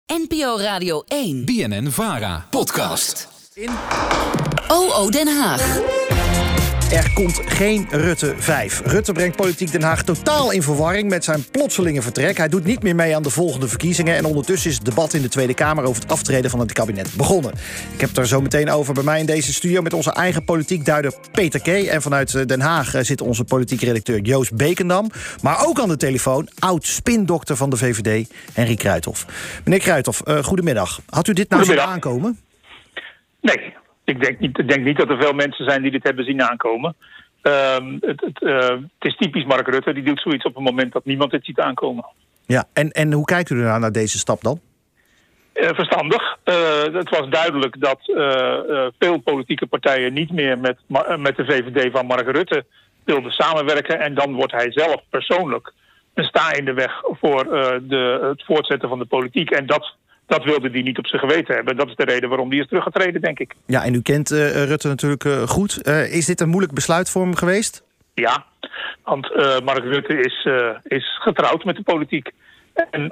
NPO Radio 1. BNN-VARA. Podcast. OO Den Haag. Er komt geen Rutte 5. Rutte brengt politiek Den Haag totaal in verwarring met zijn plotselinge vertrek. Hij doet niet meer mee aan de volgende verkiezingen. En ondertussen is het debat in de Tweede Kamer over het aftreden van het kabinet begonnen. Ik heb het er zo meteen over bij mij in deze studio met onze eigen politiek duider Peter K. En vanuit Den Haag zit onze politiek redacteur Joost Beekendam. Maar ook aan de telefoon oud-spindokter van de VVD, Henry Kruithof. Meneer Kruithof, goedemiddag. Had u dit nou zien aankomen? Nee. Ik denk niet dat er veel mensen zijn die dit hebben zien aankomen. Het is typisch Mark Rutte. Die doet zoiets op een moment dat niemand het ziet aankomen. Ja, en hoe kijkt u naar deze stap dan? Verstandig. Het was duidelijk dat veel politieke partijen niet meer met de VVD van Mark Rutte wilden samenwerken. En dan wordt hij zelf persoonlijk een sta in de weg voor het voortzetten van de politiek. En dat wilde hij niet op zijn geweten hebben. Dat is de reden waarom hij is teruggetreden, denk ik. Ja, en u kent Rutte natuurlijk goed. Is dit een moeilijk besluit voor hem geweest? Ja, want Mark Rutte is getrouwd met de politiek. En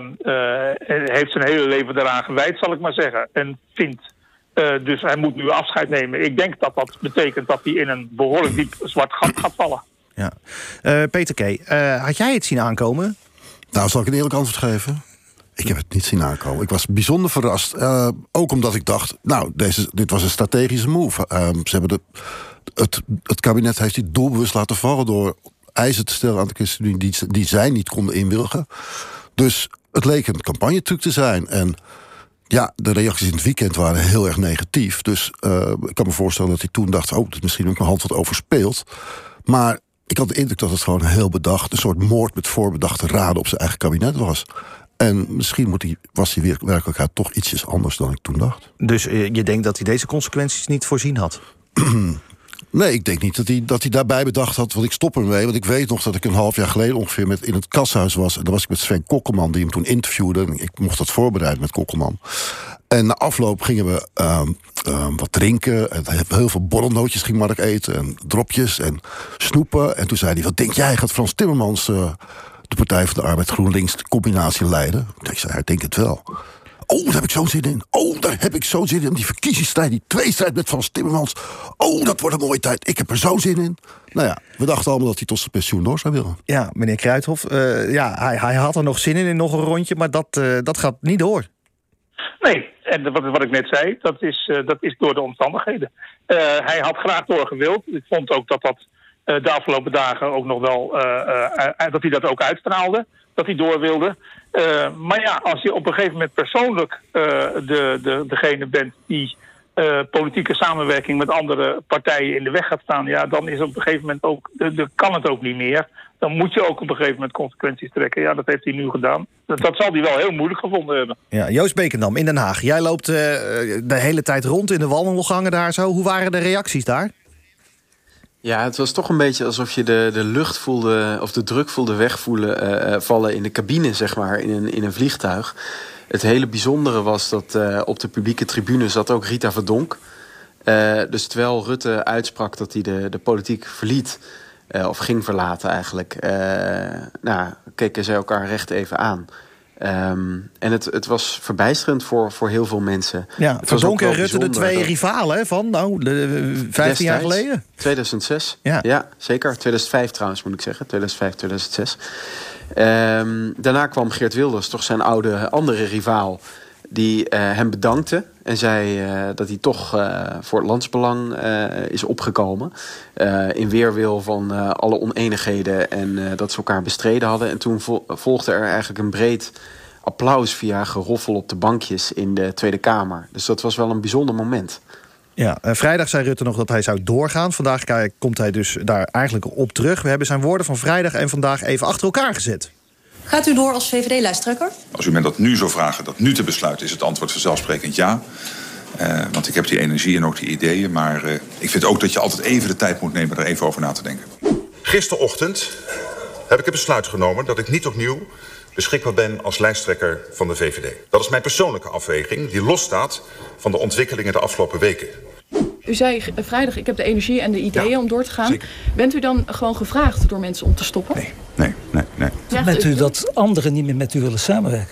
heeft zijn hele leven daaraan gewijd, zal ik maar zeggen. En vindt, dus hij moet nu afscheid nemen. Ik denk dat dat betekent dat hij in een behoorlijk diep zwart gat gaat vallen. Ja. Peter K., had jij het zien aankomen? Nou, zal ik een eerlijk antwoord geven? Ik heb het niet zien aankomen. Ik was bijzonder verrast. Ook omdat ik dacht, dit was een strategische move. Ze hebben het kabinet heeft dit doelbewust laten vallen door eisen te stellen aan de ChristenUnie die zij niet konden inwilligen. Dus het leek een campagnetruc te zijn. En ja, de reacties in het weekend waren heel erg negatief. Dus ik kan me voorstellen dat hij toen dacht, dat is misschien ook mijn hand wat overspeeld. Maar ik had de indruk dat het gewoon heel bedacht, een soort moord met voorbedachte raden op zijn eigen kabinet was. En misschien was die werkelijkheid toch ietsjes anders dan ik toen dacht. Dus je denkt dat hij deze consequenties niet voorzien had? Nee, ik denk niet dat hij daarbij bedacht had, want ik stop ermee. Want ik weet nog dat ik een half jaar geleden ongeveer in het Kashuis was. En daar was ik met Sven Kokkelman, die hem toen interviewde. En ik mocht dat voorbereiden met Kokkelman. En na afloop gingen we wat drinken. En heel veel borrelnootjes ging Mark eten. En dropjes en snoepen. En toen zei hij, wat denk jij, gaat Frans Timmermans de Partij van de Arbeid GroenLinks de combinatie leiden? Ik zei, ik denk het wel. Daar heb ik zo'n zin in. Daar heb ik zo'n zin in. Die verkiezingsstrijd, die tweestrijd met Frans Timmermans. Dat wordt een mooie tijd. Ik heb er zo'n zin in. Nou ja, we dachten allemaal dat hij tot zijn pensioen door zou willen. Ja, meneer Kruithof. Hij had er nog zin in nog een rondje, maar dat gaat niet door. Nee, en wat ik net zei, dat is door de omstandigheden. Hij had graag doorgewild. Ik vond ook dat de afgelopen dagen ook nog wel dat hij dat ook uitstraalde, dat hij door wilde. Maar ja, als je op een gegeven moment persoonlijk degene bent die politieke samenwerking met andere partijen in de weg gaat staan, ja, dan is op een gegeven moment ook, kan het ook niet meer. Dan moet je ook op een gegeven moment consequenties trekken. Ja, dat heeft hij nu gedaan. Dat zal hij wel heel moeilijk gevonden hebben. Ja, Joost Beekendam in Den Haag. Jij loopt de hele tijd rond in de wandelgangen daar zo. Hoe waren de reacties daar? Ja, het was toch een beetje alsof je de lucht voelde, of de druk voelde vallen in de cabine, zeg maar, in een vliegtuig. Het hele bijzondere was dat op de publieke tribune zat ook Rita Verdonk. Dus terwijl Rutte uitsprak dat hij de politiek verliet, of ging verlaten eigenlijk, keken zij elkaar recht even aan. En het was verbijsterend voor heel veel mensen. Ja, Verdonk en Rutte, de twee rivalen van 15 jaar geleden? 2006, ja, zeker. 2005 trouwens, moet ik zeggen. 2005, 2006. Daarna kwam Geert Wilders, toch zijn andere rivaal, die hem bedankte en zei dat hij toch voor het landsbelang is opgekomen. In weerwil van alle oneenigheden en dat ze elkaar bestreden hadden. En toen volgde er eigenlijk een breed applaus via geroffel op de bankjes in de Tweede Kamer. Dus dat was wel een bijzonder moment. Ja, vrijdag zei Rutte nog dat hij zou doorgaan. Vandaag komt hij dus daar eigenlijk op terug. We hebben zijn woorden van vrijdag en vandaag even achter elkaar gezet. Gaat u door als VVD-lijsttrekker? Als u mij dat nu zou vragen, dat nu te besluiten, is het antwoord vanzelfsprekend ja. Want ik heb die energie en ook die ideeën. Maar ik vind ook dat je altijd even de tijd moet nemen er even over na te denken. Gisterochtend heb ik het besluit genomen dat ik niet opnieuw beschikbaar ben als lijsttrekker van de VVD. Dat is mijn persoonlijke afweging die losstaat van de ontwikkelingen de afgelopen weken. U zei vrijdag, ik heb de energie en de ideeën om door te gaan. Zeker. Bent u dan gewoon gevraagd door mensen om te stoppen? Nee. Ja, Bent u dat anderen niet meer met u willen samenwerken?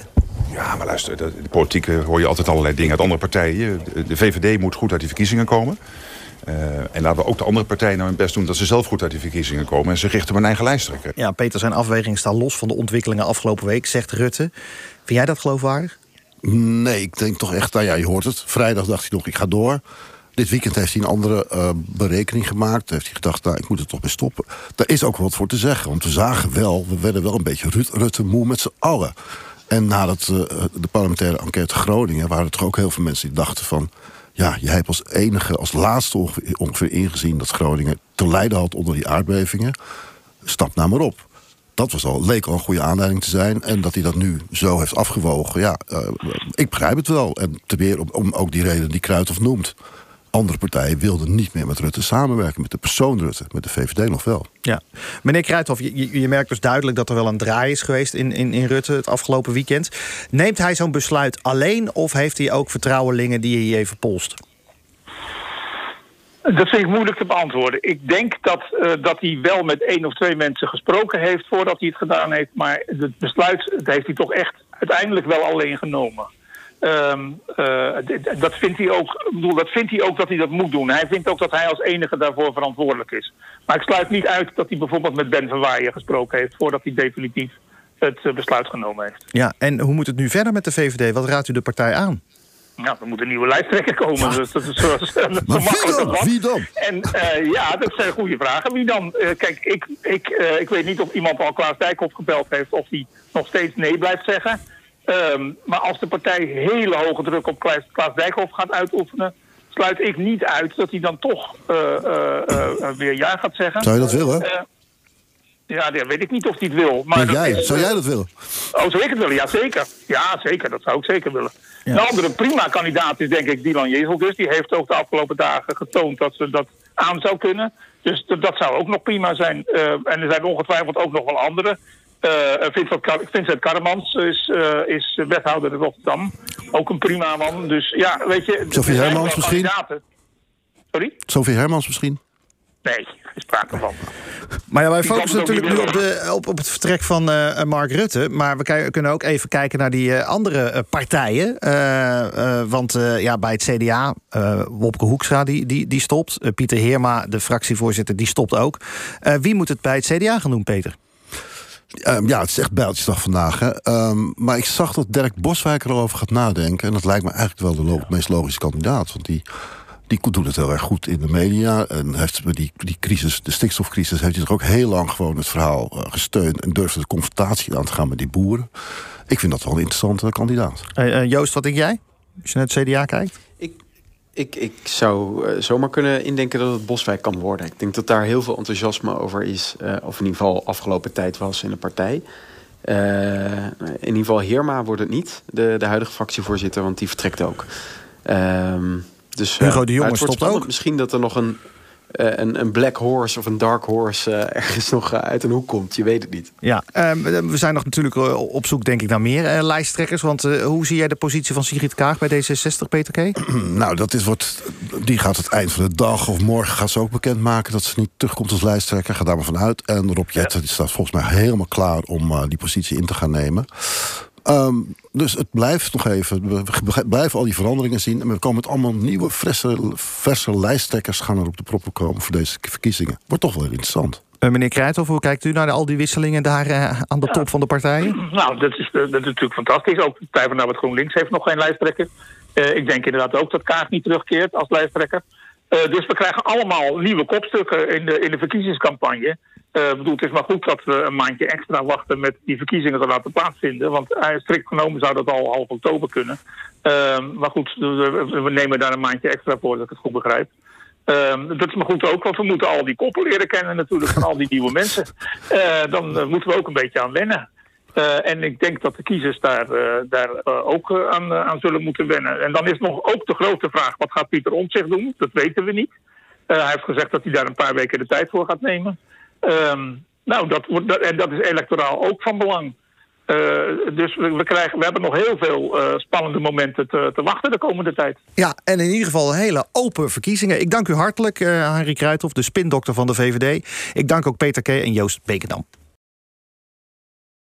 Ja, maar luister, de politiek hoor je altijd allerlei dingen uit andere partijen. De VVD moet goed uit die verkiezingen komen. En laten we ook de andere partijen nou hun best doen dat ze zelf goed uit die verkiezingen komen. En ze richten op hun eigen lijsttrekker. Ja, Peter, zijn afwegingen staan los van de ontwikkelingen afgelopen week, zegt Rutte. Vind jij dat geloofwaardig? Nee, ik denk toch echt, je hoort het. Vrijdag dacht hij nog, ik ga door. Dit weekend heeft hij een andere berekening gemaakt. Heeft hij gedacht, ik moet er toch bij stoppen. Daar is ook wat voor te zeggen. Want we werden wel een beetje Rutte moe met z'n allen. En nadat de parlementaire enquête Groningen waren er toch ook heel veel mensen die dachten van, ja, jij hebt als enige, als laatste ongeveer ingezien dat Groningen te lijden had onder die aardbevingen. Stap nou maar op. Dat leek al een goede aanleiding te zijn. En dat hij dat nu zo heeft afgewogen, ik begrijp het wel. En om ook die reden die Kruithof noemt. Andere partijen wilden niet meer met Rutte samenwerken. Met de persoon Rutte, met de VVD nog wel. Ja. Meneer Kruithof, je merkt dus duidelijk dat er wel een draai is geweest in Rutte het afgelopen weekend. Neemt hij zo'n besluit alleen of heeft hij ook vertrouwelingen die hij even polst? Dat vind ik moeilijk te beantwoorden. Ik denk dat hij wel met 1 of 2 mensen gesproken heeft voordat hij het gedaan heeft. Maar het besluit heeft hij toch echt uiteindelijk wel alleen genomen. Dat vindt hij ook. Dat vindt hij ook dat hij dat moet doen. Hij vindt ook dat hij als enige daarvoor verantwoordelijk is. Maar ik sluit niet uit dat hij bijvoorbeeld met Ben van Waaien gesproken heeft voordat hij definitief het besluit genomen heeft. Ja, en hoe moet het nu verder met de VVD? Wat raadt u de partij aan? Nou, er moet een nieuwe lijsttrekker komen. Ja. Dus dat is maar wie dan? En dat zijn goede vragen. Wie dan? Kijk, ik weet niet of iemand al Klaas Dijkhoff gebeld heeft of hij nog steeds nee blijft zeggen. Maar als de partij hele hoge druk op Klaas Dijkhoff gaat uitoefenen, sluit ik niet uit dat hij dan toch weer ja gaat zeggen. Zou je dat willen? Ja, weet ik niet of hij het wil. Maar zou jij dat willen? Oh, zou ik het willen? Ja, zeker. Ja, zeker. Dat zou ik zeker willen. Ja. Een andere prima kandidaat is denk ik Dylan Jezelgus. Die heeft ook de afgelopen dagen getoond dat ze dat aan zou kunnen. Dus dat zou ook nog prima zijn. En er zijn ongetwijfeld ook nog wel andere. Vincent Karremans is wethouder in Rotterdam. Ook een prima man. Dus ja, weet je... Sophie Hermans misschien? Sorry? Sophie Hermans misschien? Nee, geen sprake van. Maar ja, wij focussen natuurlijk nu op het vertrek van Mark Rutte. Maar we kunnen ook even kijken naar die andere partijen. Want bij het CDA, Wopke Hoekstra, die stopt. Pieter Heerma, de fractievoorzitter, die stopt ook. Wie moet het bij het CDA gaan doen, Peter? Het is echt bijltjesdag vandaag. Hè. Maar ik zag dat Dirk Boswijk erover gaat nadenken. En dat lijkt me eigenlijk wel de meest logische kandidaat. Want die doet het heel erg goed in de media. En heeft die crisis, de stikstofcrisis, heeft hij toch ook heel lang gewoon het verhaal gesteund. En durfde de confrontatie aan te gaan met die boeren. Ik vind dat wel een interessante kandidaat. Joost, wat denk jij? Als je naar het CDA kijkt? Ik zou zomaar kunnen indenken dat het Boswijk kan worden. Ik denk dat daar heel veel enthousiasme over is. Of in ieder geval afgelopen tijd was in de partij. In ieder geval Heerma wordt het niet. De huidige fractievoorzitter, want die vertrekt ook. Dus, Hugo de Jonge stopt ook. Misschien dat er nog een black horse of een dark horse ergens nog uit een hoek komt. Je weet het niet. Ja, we zijn nog natuurlijk op zoek, denk ik, naar meer lijsttrekkers. Want hoe zie jij de positie van Sigrid Kaag bij D66, Peter K? Nou, die gaat het eind van de dag of morgen gaat ze ook bekendmaken dat ze niet terugkomt als lijsttrekker. Ga daar maar vanuit. En Rob Jetten staat volgens mij helemaal klaar om die positie in te gaan nemen. Dus het blijft nog even. We blijven al die veranderingen zien. En we komen met allemaal nieuwe, verse lijsttrekkers gaan er op de proppen komen voor deze verkiezingen. Wordt toch wel interessant. Meneer Kruithof, hoe kijkt u naar al die wisselingen daar aan de top van de partijen? Nou, dat is natuurlijk fantastisch. Ook de Partij van GroenLinks heeft nog geen lijsttrekker. Ik denk inderdaad ook dat Kaag niet terugkeert als lijsttrekker. Dus we krijgen allemaal nieuwe kopstukken in de verkiezingscampagne. Het is maar goed dat we een maandje extra wachten met die verkiezingen te laten plaatsvinden. Want strikt genomen zou dat al half oktober kunnen. Maar goed, we nemen daar een maandje extra voor, dat ik het goed begrijp. Dat is maar goed ook, want we moeten al die koppen leren kennen natuurlijk van al die nieuwe mensen. Dan moeten we ook een beetje aan wennen. En ik denk dat de kiezers daar ook aan zullen moeten wennen. En dan is nog ook de grote vraag, wat gaat Pieter Omtzigt doen? Dat weten we niet. Hij heeft gezegd dat hij daar een paar weken de tijd voor gaat nemen. Dat is electoraal ook van belang. Dus we hebben nog heel veel spannende momenten te wachten de komende tijd. Ja, en in ieder geval hele open verkiezingen. Ik dank u hartelijk, Henri Kruithof, de spindokter van de VVD. Ik dank ook Peter K. en Joost Beekendam.